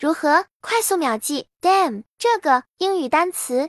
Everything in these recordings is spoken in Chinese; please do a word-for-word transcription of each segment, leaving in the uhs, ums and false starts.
如何快速秒记 them 这个英语单词？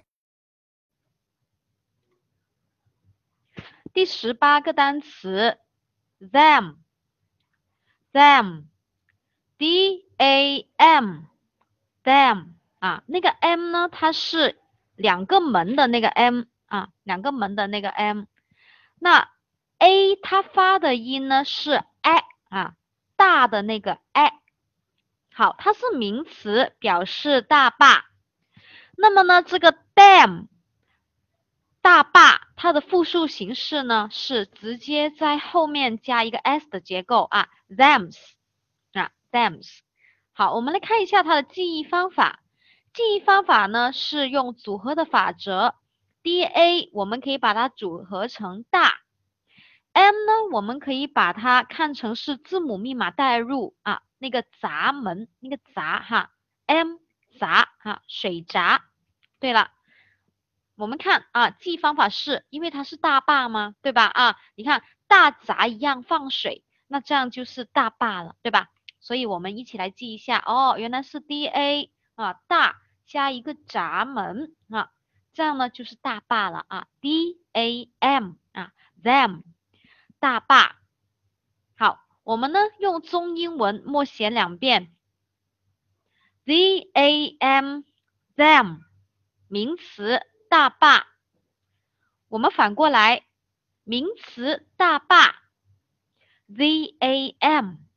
第十八个单词 them them d a m them 啊，那个 m 呢，它是两个门的那个 m 啊，两个门的那个 m。那 a 它发的音呢是 a 啊，大的那个 a。好，它是名词，表示大坝。那么呢，这个 dam 大坝，它的复数形式呢是直接在后面加一个 s 的结构啊 ，thems 啊 thems。好，我们来看一下它的记忆方法。记忆方法呢是用组合的法则 ，D A 我们可以把它组合成大 ，M 呢我们可以把它看成是字母密码代入啊，那个闸门那个闸哈 ，M 闸哈水闸。对了。我们看啊，记忆方法是因为它是大坝吗？对吧？啊，你看大闸一样放水，那这样就是大坝了，对吧？所以我们一起来记一下哦，原来是 D A 啊，大加一个闸门啊，这样呢就是大坝了啊 ，D A M 啊 them 大坝。好，我们呢用中英文默写两遍 ，D A M them 名词大坝。我们反过来，名词大坝 ，the a m